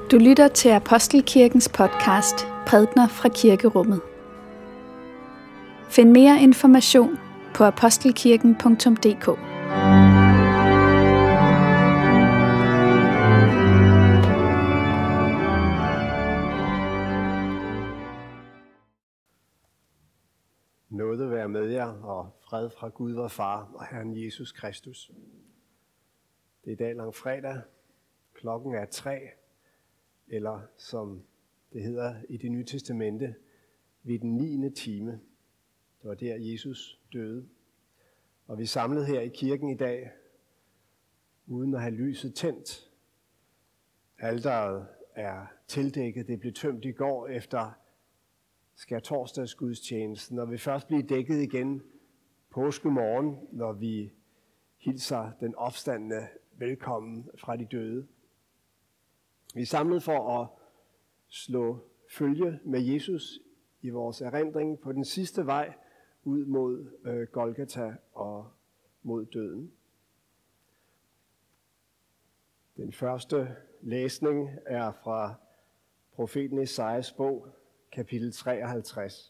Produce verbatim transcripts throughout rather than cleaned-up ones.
Du lytter til Apostelkirkens podcast Prædner fra Kirkerummet. Find mere information på apostelkirken punktum d k. Nåde være med jer, og fred fra Gud vor Far og Herren Jesus Kristus. Det er i dag langfredag. Klokken er tre, eller som det hedder i Det Nye Testamente, ved den niende time. Det var der, Jesus døde. Og vi er samlet her i kirken i dag, uden at have lyset tændt. Alteret er tildækket. Det blev tømt i går efter skærtorsdagsgudstjenesten, og vi først bliver dækket igen påskemorgen, når vi hilser den opstandne velkommen fra de døde. Vi er samlet for at slå følge med Jesus i vores erindring på den sidste vej ud mod øh, Golgata og mod døden. Den første læsning er fra profeten Esajas bog, kapitel treoghalvtreds.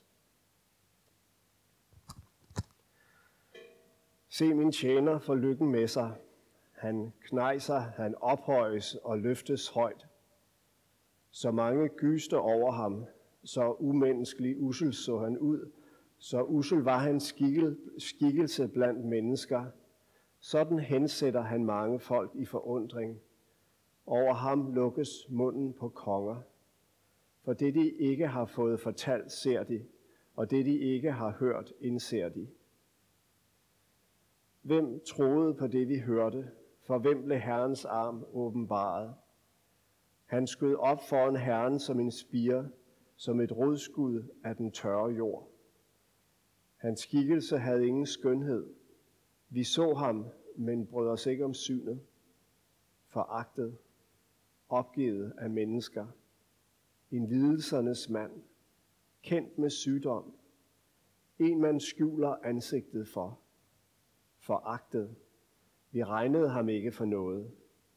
Se, min tjener får lykken med sig. Han knejser, han ophøjes og løftes højt. Så mange gyste over ham, så umenneskelig ussel så han ud, så ussel var hans skikkel, skikkelse blandt mennesker. Sådan hensætter han mange folk i forundring. Over ham lukkes munden på konger. For det, de ikke har fået fortalt, ser de, og det, de ikke har hørt, indser de. Hvem troede på det, vi hørte? For hvem blev Herrens arm åbenbaret? Han skød op foran Herren som en spire, som et rodskud af den tørre jord. Hans skikkelse havde ingen skønhed. Vi så ham, men brød os ikke om synet. Foragtet, opgivet af mennesker. En lidelsernes mand, kendt med sygdom. En man skjuler ansigtet for. Foragtet. Vi regnede ham ikke for noget.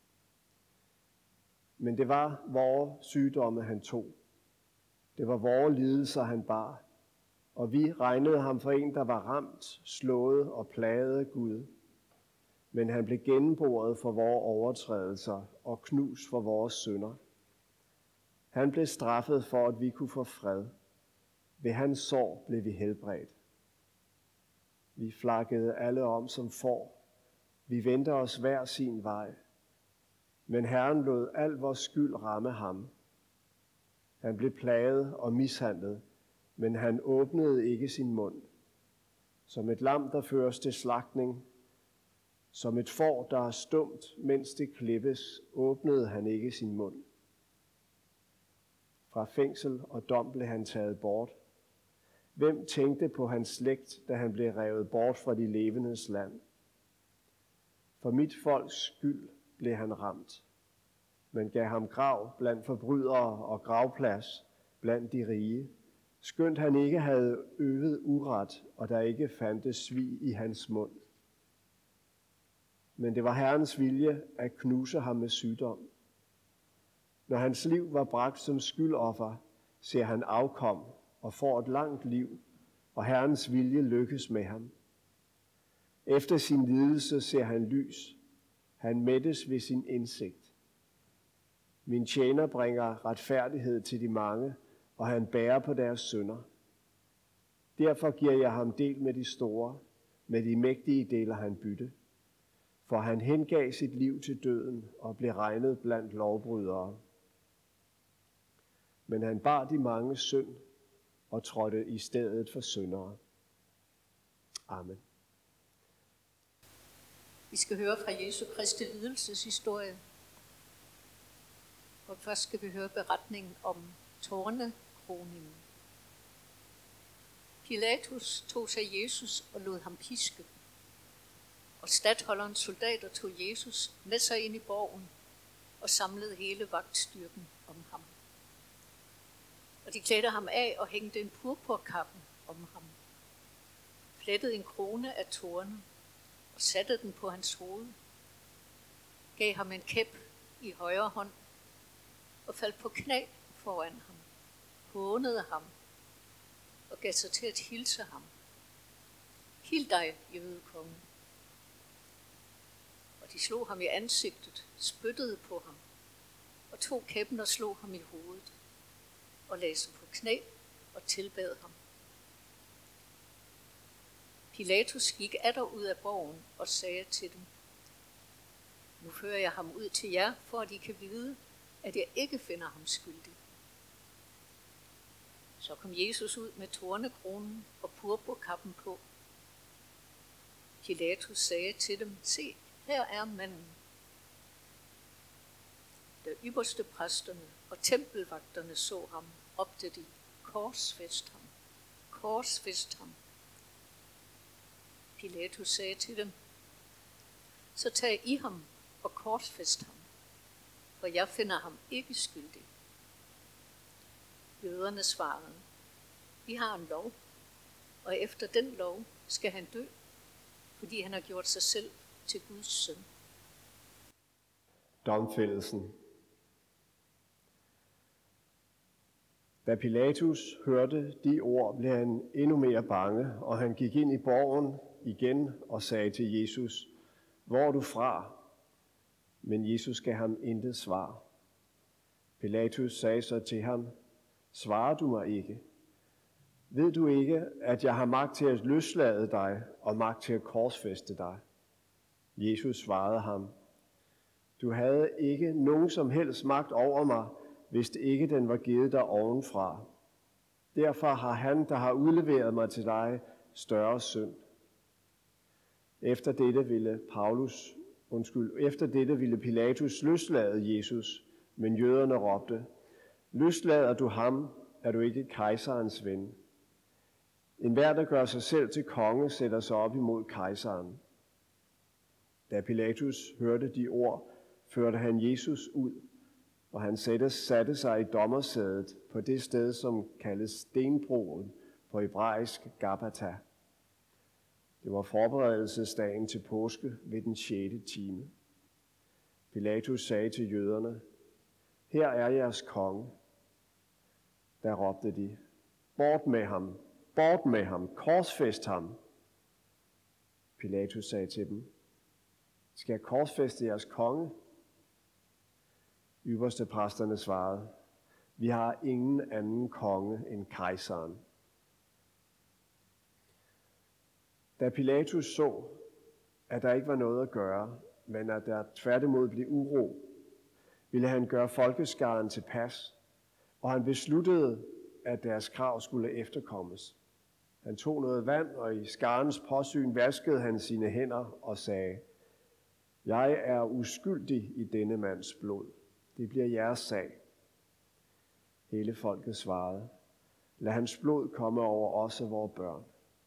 Men det var vores sygdomme, han tog. Det var vores lidelser, han bar. Og vi regnede ham for en, der var ramt, slået og plaget af Gud. Men han blev gennemboret for vores overtrædelser og knust for vores synder. Han blev straffet for, at vi kunne få fred. Ved hans sår blev vi helbredt. Vi flakkede alle om som får. Vi vendte os hver sin vej. Men Herren lod al vores skyld ramme ham. Han blev plaget og mishandlet, men han åbnede ikke sin mund. Som et lam, der føres til slagtning, som et får, der er stumt, mens det klippes, åbnede han ikke sin mund. Fra fængsel og dom blev han taget bort. Hvem tænkte på hans slægt, da han blev revet bort fra de levendes land? For mit folks skyld blev han ramt, men gav ham grav blandt forbrydere og gravplads blandt de rige, skønt han ikke havde øvet uret, og der ikke fandtes svig i hans mund. Men det var Herrens vilje at knuse ham med sygdom. Når hans liv var bragt som skyldoffer, ser han afkom og får et langt liv, og Herrens vilje lykkes med ham. Efter sin lidelse ser han lys. Han mættes ved sin indsigt. Min tjener bringer retfærdighed til de mange, og han bærer på deres synder. Derfor giver jeg ham del med de store, med de mægtige deler han bytte. For han hengav sit liv til døden og blev regnet blandt lovbrydere. Men han bar de mange synd og trådte i stedet for syndere. Amen. Vi skal høre fra Jesu Kristi lidelseshistorie. Og først skal vi høre beretningen om tornekroningen. Pilatus tog sig Jesus og lod ham piske. Og statholderens soldater tog Jesus med sig ind i borgen og samlede hele vagtstyrken om ham. Og de klædte ham af og hængte en purpurkappe om ham. Plettede en krone af torne og satte den på hans hoved. Gav ham en kæp i højre hånd og faldt på knæ foran ham, hånede ham og gav sig til at hilse ham. Hil dig, jødekonge. Og de slog ham i ansigtet, spyttede på ham og tog kæppen og slog ham i hovedet og lagde sig på knæ og tilbad ham. Pilatus gik atter ud af borgen og sagde til dem: Nu fører jeg ham ud til jer, for at I kan vide, at jeg ikke finder ham skyldig. Så kom Jesus ud med tornekronen og purpurkappen på. Pilatus sagde til dem: Se, her er manden. Da ypperste præsterne og tempelvagterne så ham, råbte de: Korsfæst ham, korsfæst ham. Pilatus sagde til dem: Så tag I ham og korsfæst ham, for jeg finder ham ikke skyldig. Jøderne svarede: Vi har en lov, og efter den lov skal han dø, fordi han har gjort sig selv til Guds søn. Domfældelsen. Da Pilatus hørte de ord, blev han endnu mere bange, og han gik ind i borgen igen og sagde til Jesus: Hvor er du fra? Men Jesus gav ham intet svar. Pilatus sagde så til ham: Svarer du mig ikke? Ved du ikke, at jeg har magt til at løslade dig og magt til at korsfæste dig? Jesus svarede ham: Du havde ikke nogen som helst magt over mig, hvis det ikke den var givet dig ovenfra. Derfor har han, der har udleveret mig til dig, større synd. Efter dette ville Paulus, undskyld, efter dette ville Pilatus løslade Jesus, men jøderne råbte: Løslader du ham, er du ikke kejserens ven. Enhver, der gør sig selv til konge, sætter sig op imod kejseren. Da Pilatus hørte de ord, førte han Jesus ud, og han satte, satte sig i dommersædet på det sted, som kaldes Stenbroen, på hebraisk Gabata. Det var forberedelsesdagen til påske ved den sjette time. Pilatus sagde til jøderne: Her er jeres konge. Der råbte de: Bort med ham, bort med ham, korsfæst ham. Pilatus sagde til dem: Skal jeg korsfæste jeres konge? Ypperste præsterne svarede: Vi har ingen anden konge end kejseren. Da Pilatus så, at der ikke var noget at gøre, men at der tværtimod blev uro, ville han gøre folkeskaren til pas, og han besluttede, at deres krav skulle efterkommes. Han tog noget vand, og i skarens påsyn vaskede han sine hænder og sagde: Jeg er uskyldig i denne mands blod. Det bliver jeres sag. Hele folket svarede: Lad hans blod komme over os og vores børn.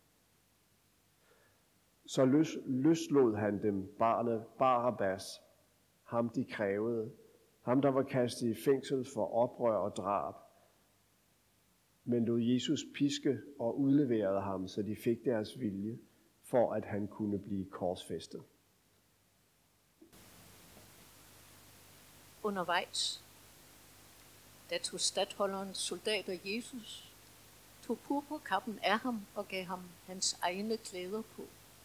Så løs, løslod han dem barnet Barabbas, ham de krævede, ham der var kastet i fængsel for oprør og drab, men lod Jesus piske og udleverede ham, så de fik deres vilje, for at han kunne blive korsfæstet. Undervejs, da tog statholderens soldater Jesus, tog purpurkappen af ham og gav ham hans egne klæder på.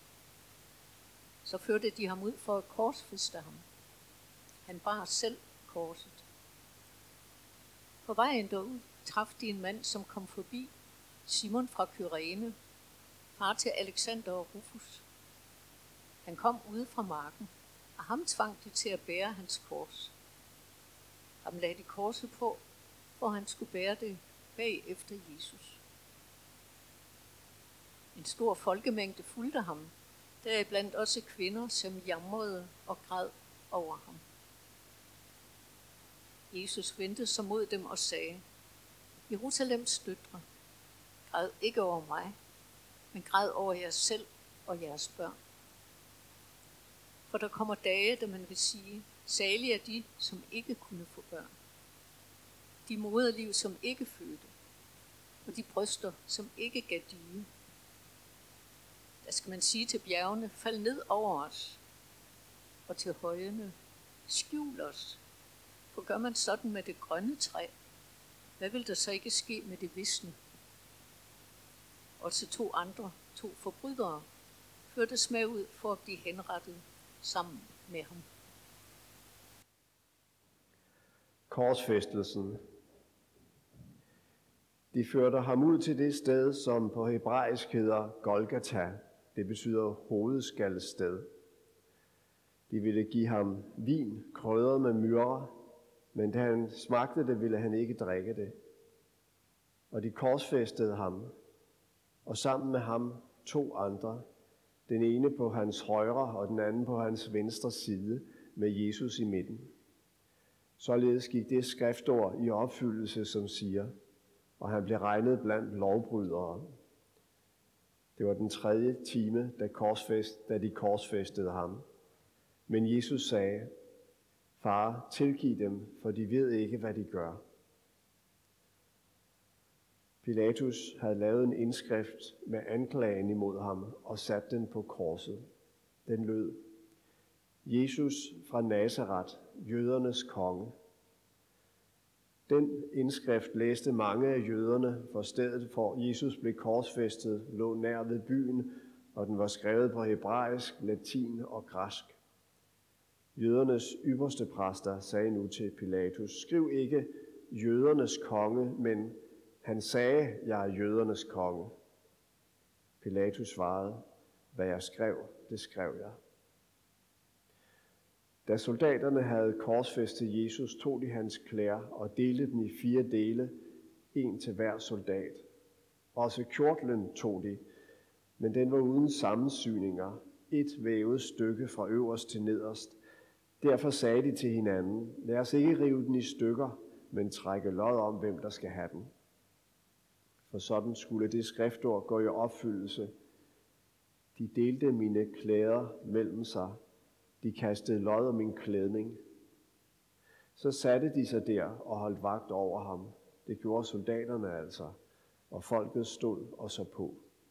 Så førte de ham ud for at korsfæste ham. Han bar selv korset. På vejen derud traf de en mand, som kom forbi, Simon fra Kyrene, far til Alexander og Rufus. Han kom ude fra marken, og ham tvang de til at bære hans kors. Ham lagde de korset på, hvor han skulle bære det bag efter Jesus. En stor folkemængde fulgte ham, deriblandt også kvinder, som jamrede og græd over ham. Jesus vendte sig mod dem og sagde: Jerusalems døtre, græd ikke over mig, men græd over jer selv og jeres børn. For der kommer dage, da man vil sige: Salige er de, som ikke kunne få børn. De moderliv, som ikke fødte, og de bryster, som ikke gav dige. Der skal man sige til bjergene: Fald ned over os, og til højene: Skjul os For gør man sådan med det grønne træ, hvad vil der så ikke ske med det visne? Og til to andre, to forbrydere, førtes med ud for at blive henrettet sammen med ham. Korsfæstelsen. De førte ham ud til det sted, som på hebraisk hedder Golgata. Det betyder hovedskaldested. De ville give ham vin, krydret med myrrhe, men da han smagte det, ville han ikke drikke det. Og de korsfæstede ham, og sammen med ham to andre, den ene på hans højre og den anden på hans venstre side, med Jesus i midten. Således gik det skriftord i opfyldelse, som siger, og han blev regnet blandt lovbrydere. Det var den tredje time, da, korsfæst, da de korsfæstede ham. Men Jesus sagde, Far, tilgiv dem, for de ved ikke, hvad de gør. Pilatus havde lavet en indskrift med anklagen imod ham og sat den på korset. Den lød, Jesus fra Nazaret, jødernes konge. Den indskrift læste mange af jøderne, for stedet for Jesus blev korsfæstet, lå nær ved byen, og den var skrevet på hebraisk, latin og græsk. Jødernes ypperste præster sagde nu til Pilatus, skriv ikke jødernes konge, men han sagde, jeg er jødernes konge. Pilatus svarede, hvad jeg skrev, det skrev jeg. Da soldaterne havde korsfæstet Jesus, tog de hans klæder og delte dem i fire dele, en til hver soldat. Også kjortlen tog de, men den var uden sammensyninger, et vævet stykke fra øverst til nederst. Derfor sagde de til hinanden, lad os ikke rive den i stykker, men trække lod om, hvem der skal have den. For sådan skulle det skriftord gå i opfyldelse. De delte mine klæder mellem sig. De kastede lod om min klædning. Så satte de sig der og holdt vagt over ham. Det gjorde soldaterne altså, og folket stod og så på.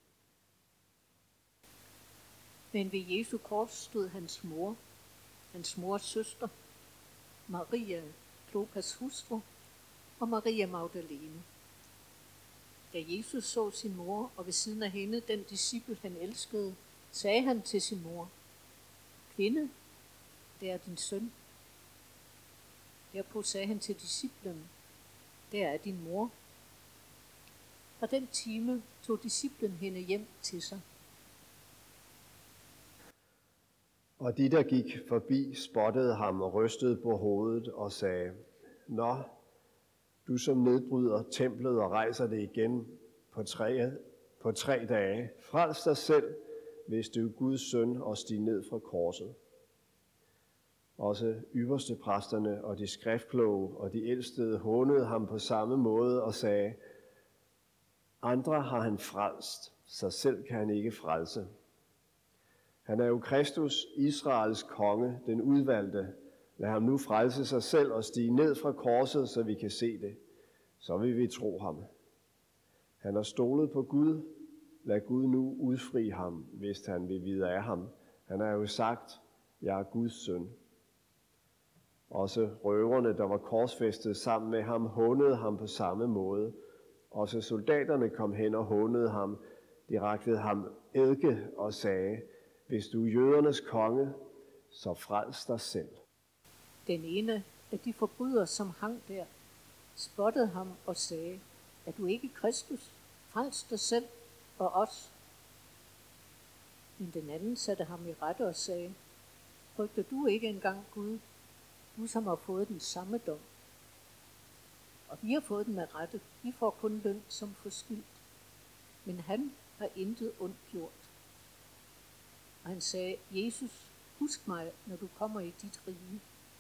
Men ved Jesu kors stod hans mor, hans mors søster, Maria, Klopas hustru, og Maria Magdalene. Da Jesus så sin mor, og ved siden af hende den disciple, han elskede, sagde han til sin mor, kvinde, det er din søn. Derpå sagde han til disciplen, der er din mor. Fra den time tog disciplen hende hjem til sig. Og de, der gik forbi, spottede ham og rystede på hovedet og sagde, nå, du som nedbryder templet og rejser det igen på tre, på tre dage, frels dig selv, hvis du er Guds søn, og stig ned fra korset. Også ypperste præsterne og de skriftkloge og de ældste hånede ham på samme måde og sagde, andre har han frelst, sig selv kan han ikke frelse. Han er jo Kristus, Israels konge, den udvalgte. Lad ham nu frelse sig selv og stige ned fra korset, så vi kan se det. Så vil vi tro ham. Han har stolet på Gud. Lad Gud nu udfri ham, hvis han vil vide af ham. Han har jo sagt, jeg er Guds søn. Også røverne, der var korsfæstet sammen med ham, hånede ham på samme måde. Også soldaterne kom hen og hånede ham. De rakte ham eddike og sagde, hvis du er jødernes konge, så frels dig selv. Den ene af de forbrydere, som hang der, spottede ham og sagde, er du ikke Kristus? Frels dig selv og os. Men den anden satte ham i rette og sagde, frygter du ikke engang Gud, du som har fået den samme dom? Og vi har fået den med rette, vi får kun løn som forskyldt. Men han har intet ondt gjort. Og han sagde, Jesus, husk mig, når du kommer i dit rige.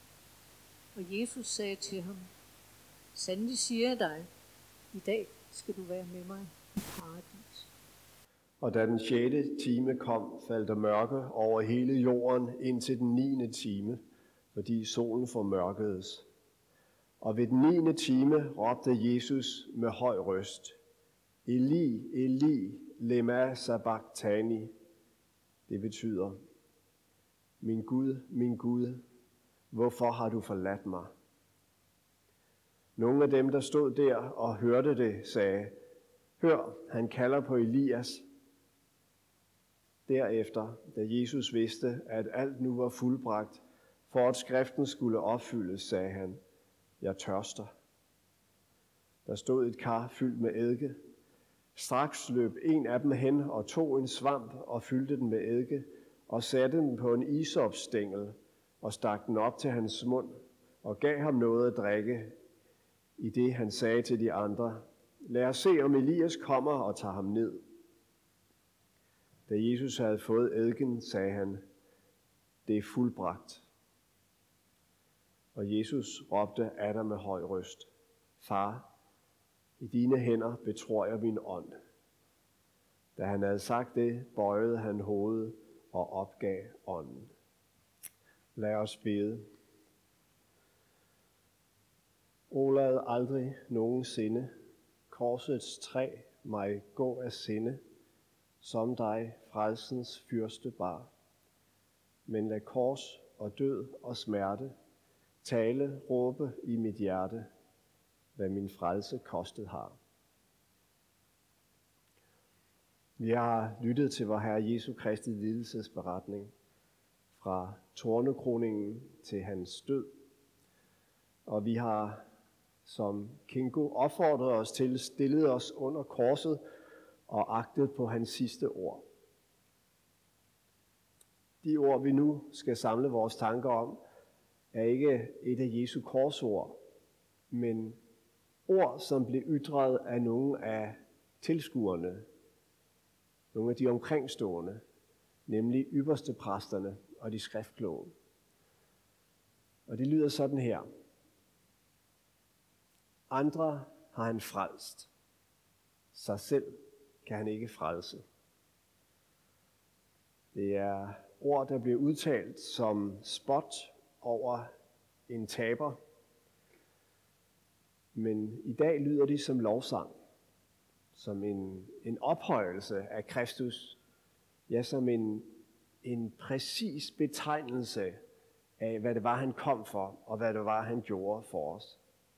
Og Jesus sagde til ham, sandelig siger jeg dig, i dag skal du være med mig i paradis. Og da den sjette time kom, faldt der mørke over hele jorden indtil den niende time, fordi solen formørkedes. Og ved den niende time råbte Jesus med høj røst, Eli, Eli, lema sabachthani. Det betyder, min Gud, min Gud, hvorfor har du forladt mig? Nogle af dem, der stod der og hørte det, sagde, hør, han kalder på Elias. Derefter, da Jesus vidste, at alt nu var fuldbragt, for at skriften skulle opfyldes, sagde han, jeg tørster. Der stod et kar fyldt med eddike. Straks løb en af dem hen og tog en svamp og fyldte den med eddike og satte den på en isopstængel og stak den op til hans mund og gav ham noget at drikke, i det han sagde til de andre, lad os se, om Elias kommer og tager ham ned. Da Jesus havde fået eddiken, sagde han, det er fuldbragt. Og Jesus råbte atter med høj røst, far, i dine hænder betror jeg min ånd. Da han havde sagt det, bøjede han hovedet og opgav ånden. Lad os bede. O lad aldrig nogensinde korsets træ mig gå af sinde, som dig frelsens fyrste bar. Men lad kors og død og smerte tale, råbe i mit hjerte, hvad min frelse kostet har. Vi har lyttet til vor Herre Jesu Kristi lidelsesberetning fra tornekroningen til hans død. Og vi har som Kinko opfordret os til, stillet os under korset og agtet på hans sidste ord. De ord, vi nu skal samle vores tanker om, er ikke et af Jesu korsord, men ord, som blev ytret af nogle af tilskuerne, nogle af de omkringstående, nemlig ypperstepræsterne og de skriftkloge. Og det lyder sådan her. Andre har han frelst. Sig selv kan han ikke frelse. Det er ord, der bliver udtalt som spot over en taber. Men i dag lyder de som lovsang, som en, en ophøjelse af Kristus, ja, som en, en præcis betegnelse af, hvad det var, han kom for, og hvad det var, han gjorde for os.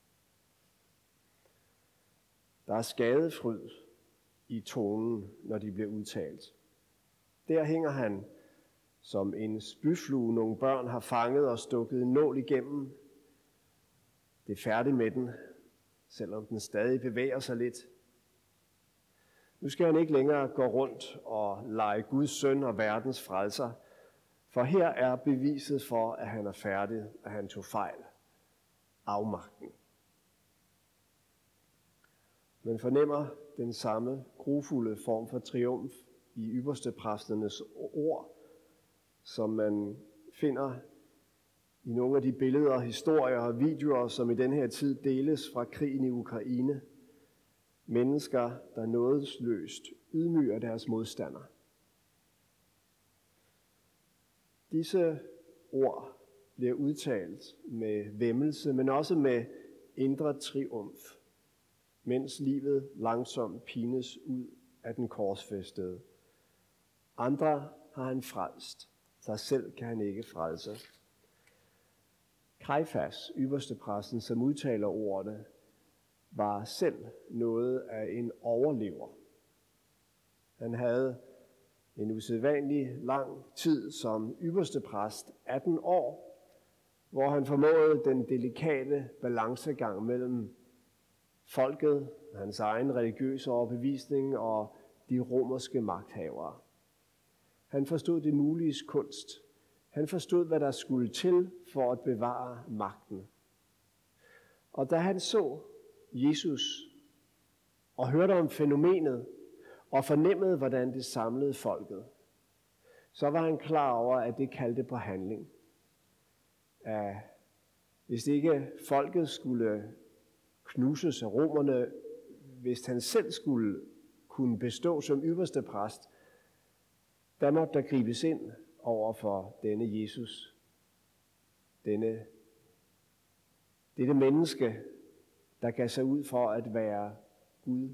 Der er skadefryd i tonen, når de bliver udtalt. Der hænger han som en spyflue, nogle børn har fanget og stukket en nål igennem. Det er færdigt med den, selvom den stadig bevæger sig lidt. Nu skal han ikke længere gå rundt og lege Guds søn og verdens frelser, for her er beviset for, at han er færdig, at han tog fejl. Afmagten. Man fornemmer den samme grufulde form for triumf i ypperstepræsternes ord, som man finder i nogle af de billeder, historier og videoer, som i den her tid deles fra krigen i Ukraine. Mennesker, der nådesløst ydmyger deres modstander. Disse ord bliver udtalt med væmmelse, men også med indre triumf, mens livet langsomt pines ud af den korsfæstede. Andre har han frelst. Sig selv kan han ikke frelse. Kajfas, ypperstepræsten, som udtaler ordene, var selv noget af en overlever. Han havde en usædvanlig lang tid som ypperstepræst, atten år, hvor han formåede den delikate balancegang mellem folket, hans egen religiøse overbevisning og de romerske magthavere. Han forstod det muliges kunst. Han forstod, hvad der skulle til for at bevare magten. Og da han så Jesus og hørte om fænomenet og fornemmede, hvordan det samlede folket, så var han klar over, at det kaldte på handling. At hvis ikke folket skulle knuses af romerne, hvis han selv skulle kunne bestå som ypperste præst, der måtte der gribes ind over for denne Jesus, denne, dette menneske, der gav sig ud for at være Gud.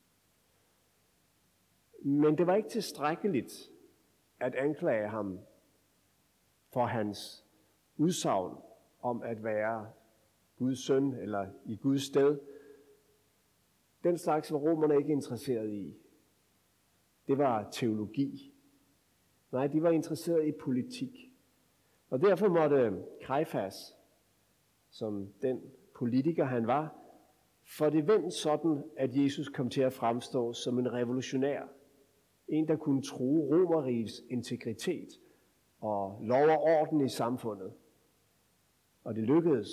Men det var ikke tilstrækkeligt at anklage ham for hans udsagn om at være Guds søn eller i Guds sted. Den slags var romerne ikke interesseret i. Det var teologi. Nej, de var interesseret i politik. Og derfor måtte Kajfas, som den politiker han var, for det vendt sådan, at Jesus kom til at fremstå som en revolutionær. En, der kunne true Romerrigets integritet og lov og orden i samfundet. Og det lykkedes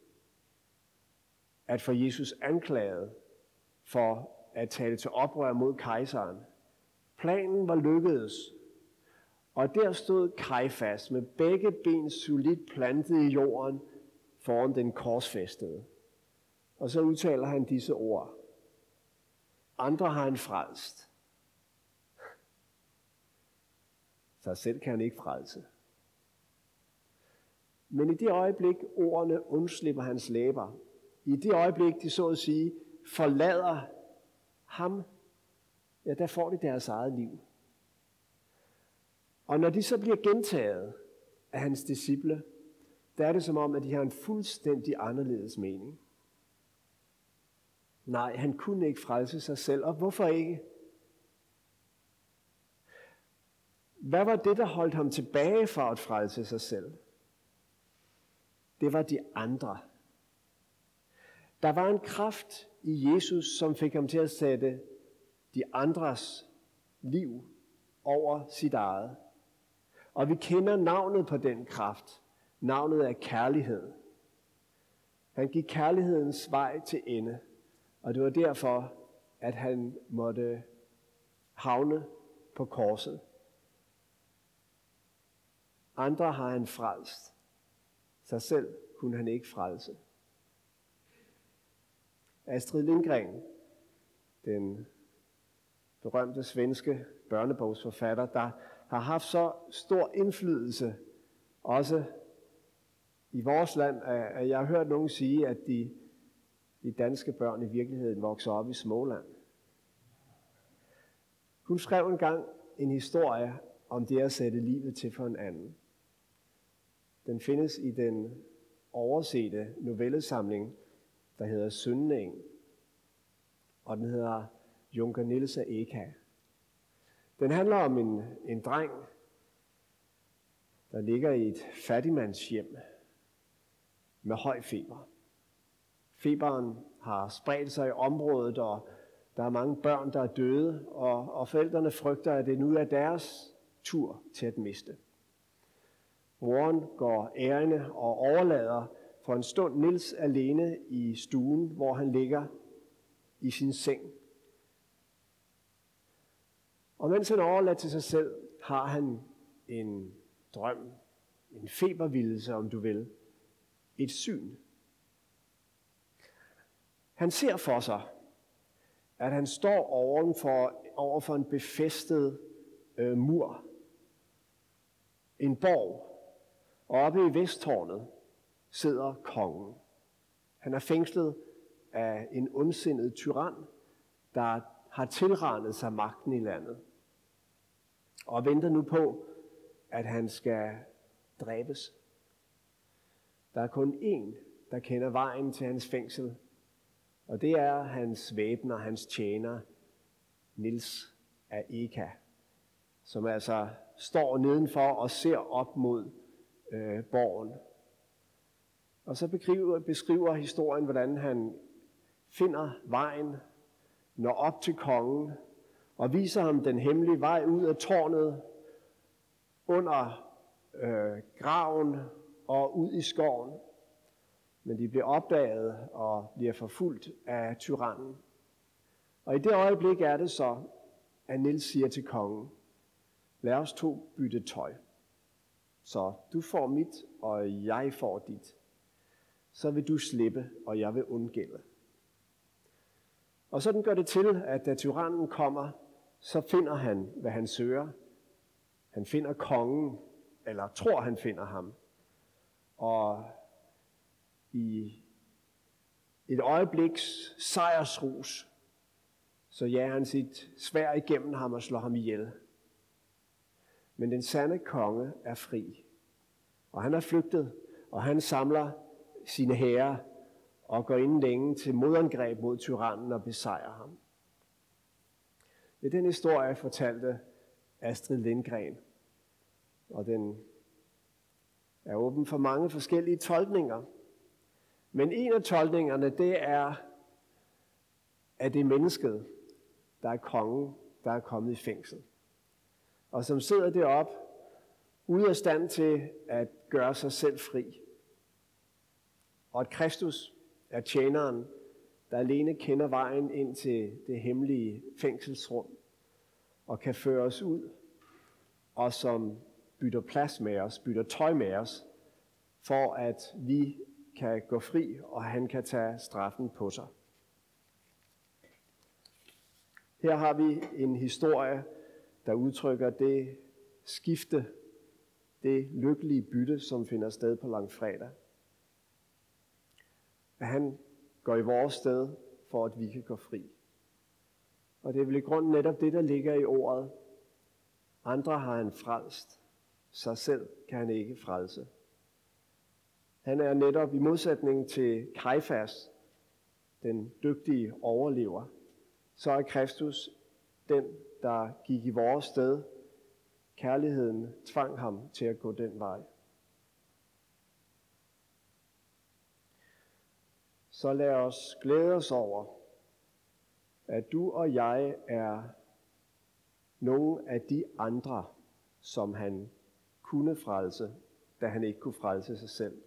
at få Jesus anklaget for at tale til oprør mod kejseren. Planen var lykkedes, og der stod Kajfas med begge ben solidt plantet i jorden foran den korsfæstede. Og så udtaler han disse ord. Andre har han frelst. Sig selv kan han ikke frelse. Men i det øjeblik, ordene undslipper hans læber, i det øjeblik, de så at sige, forlader ham, ja, der får de deres eget liv. Og når de så bliver gentaget af hans disciple, der er det som om, at de har en fuldstændig anderledes mening. Nej, han kunne ikke frelse sig selv, og hvorfor ikke? Hvad var det, der holdt ham tilbage for at frelse sig selv? Det var de andre. Der var en kraft i Jesus, som fik ham til at sætte de andres liv over sit eget. Og vi kender navnet på den kraft. Navnet er kærlighed. Han gik kærlighedens vej til ende. Og det var derfor, at han måtte havne på korset. Andre har han frelst. Sig selv kunne han ikke frelse. Astrid Lindgren, den berømte svenske børnebogsforfatter, der har haft så stor indflydelse, også i vores land, at jeg har hørt nogen sige, at de, de danske børn i virkeligheden vokser op i Småland. Hun skrev engang en historie om det at sætte livet til for en anden. Den findes i den oversete novellesamling, der hedder Sønning, og den hedder Junker Niels af Eka. Den handler om en, en dreng, der ligger i et fattigmandshjem med høj feber. Feberen har spredt sig i området, og der er mange børn, der er døde, og, og forældrene frygter, at det nu er deres tur til at miste. Moren går ærende og overlader for en stund Niels alene i stuen, hvor han ligger i sin seng. Og mens han overlader til sig selv, har han en drøm, en febervildelse, om du vil, et syn. Han ser for sig, at han står ovenfor, over for en befæstet øh, mur, en borg, og oppe i vesttårnet sidder kongen. Han er fængslet af en ondsindet tyran, der har tilranet sig magten i landet, og venter nu på, at han skal dræbes. Der er kun én, der kender vejen til hans fængsel, og det er hans væbner, hans tjener, Niels af Eka, som altså står nedenfor og ser op mod øh, borgen. Og så beskriver, beskriver historien, hvordan han finder vejen, når op til kongen, og viser ham den hemmelige vej ud af tårnet, under øh, graven og ud i skoven. Men de bliver opdaget og bliver forfulgt af tyrannen. Og i det øjeblik er det så, at Niels siger til kongen, lad os to bytte tøj. Så du får mit, og jeg får dit. Så vil du slippe, og jeg vil undgælde. Og sådan gør det til, at da tyrannen kommer, så finder han, hvad han søger. Han finder kongen, eller tror han finder ham. Og i et øjebliks sejrsrus, så jager han sit sværd igennem ham og slår ham ihjel. Men den sande konge er fri. Og han er flygtet, og han samler sine hære og går inden længe til modangreb mod tyrannen og besejrer ham. Det er den historie, fortalte Astrid Lindgren, og den er åben for mange forskellige tolkninger. Men en af tolkningerne, det er, at det er mennesket, der er kongen, der er kommet i fængsel. Og som sidder deroppe, ude af stand til at gøre sig selv fri. Og at Kristus er tjeneren, der alene kender vejen ind til det hemmelige fængselsrum, og kan føre os ud, og som bytter plads med os, bytter tøj med os, for at vi kan gå fri, og han kan tage straffen på sig. Her har vi en historie, der udtrykker det skifte, det lykkelige bytte, som finder sted på langfredag. At han går i vores sted, for at vi kan gå fri. Og det er vel i grunden netop det, der ligger i ordet. Andre har han frelst. Sig selv kan han ikke frelse. Han er netop i modsætning til Kajfas, den dygtige overlever, så er Kristus den, der gik i vores sted. Kærligheden tvang ham til at gå den vej. Så lad os glæde os over, at du og jeg er nogle af de andre, som han kunne frelse, da han ikke kunne frelse sig selv.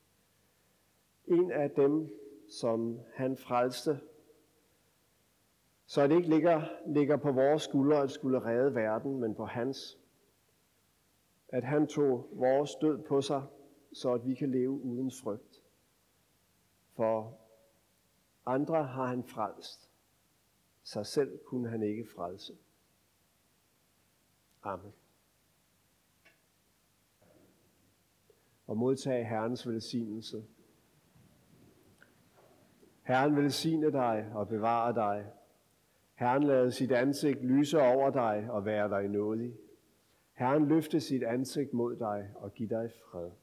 En af dem, som han frelste, så det ikke ligger, ligger på vores skuldre at skulle redde verden, men på hans. At han tog vores død på sig, så at vi kan leve uden frygt. For andre har han frelst. Sig selv kunne han ikke frelse. Amen. Og modtage Herrens velsignelse. Herren velsigne dig og bevare dig. Herren lade sit ansigt lyse over dig og være dig nådig. Herren løfte sit ansigt mod dig og give dig fred.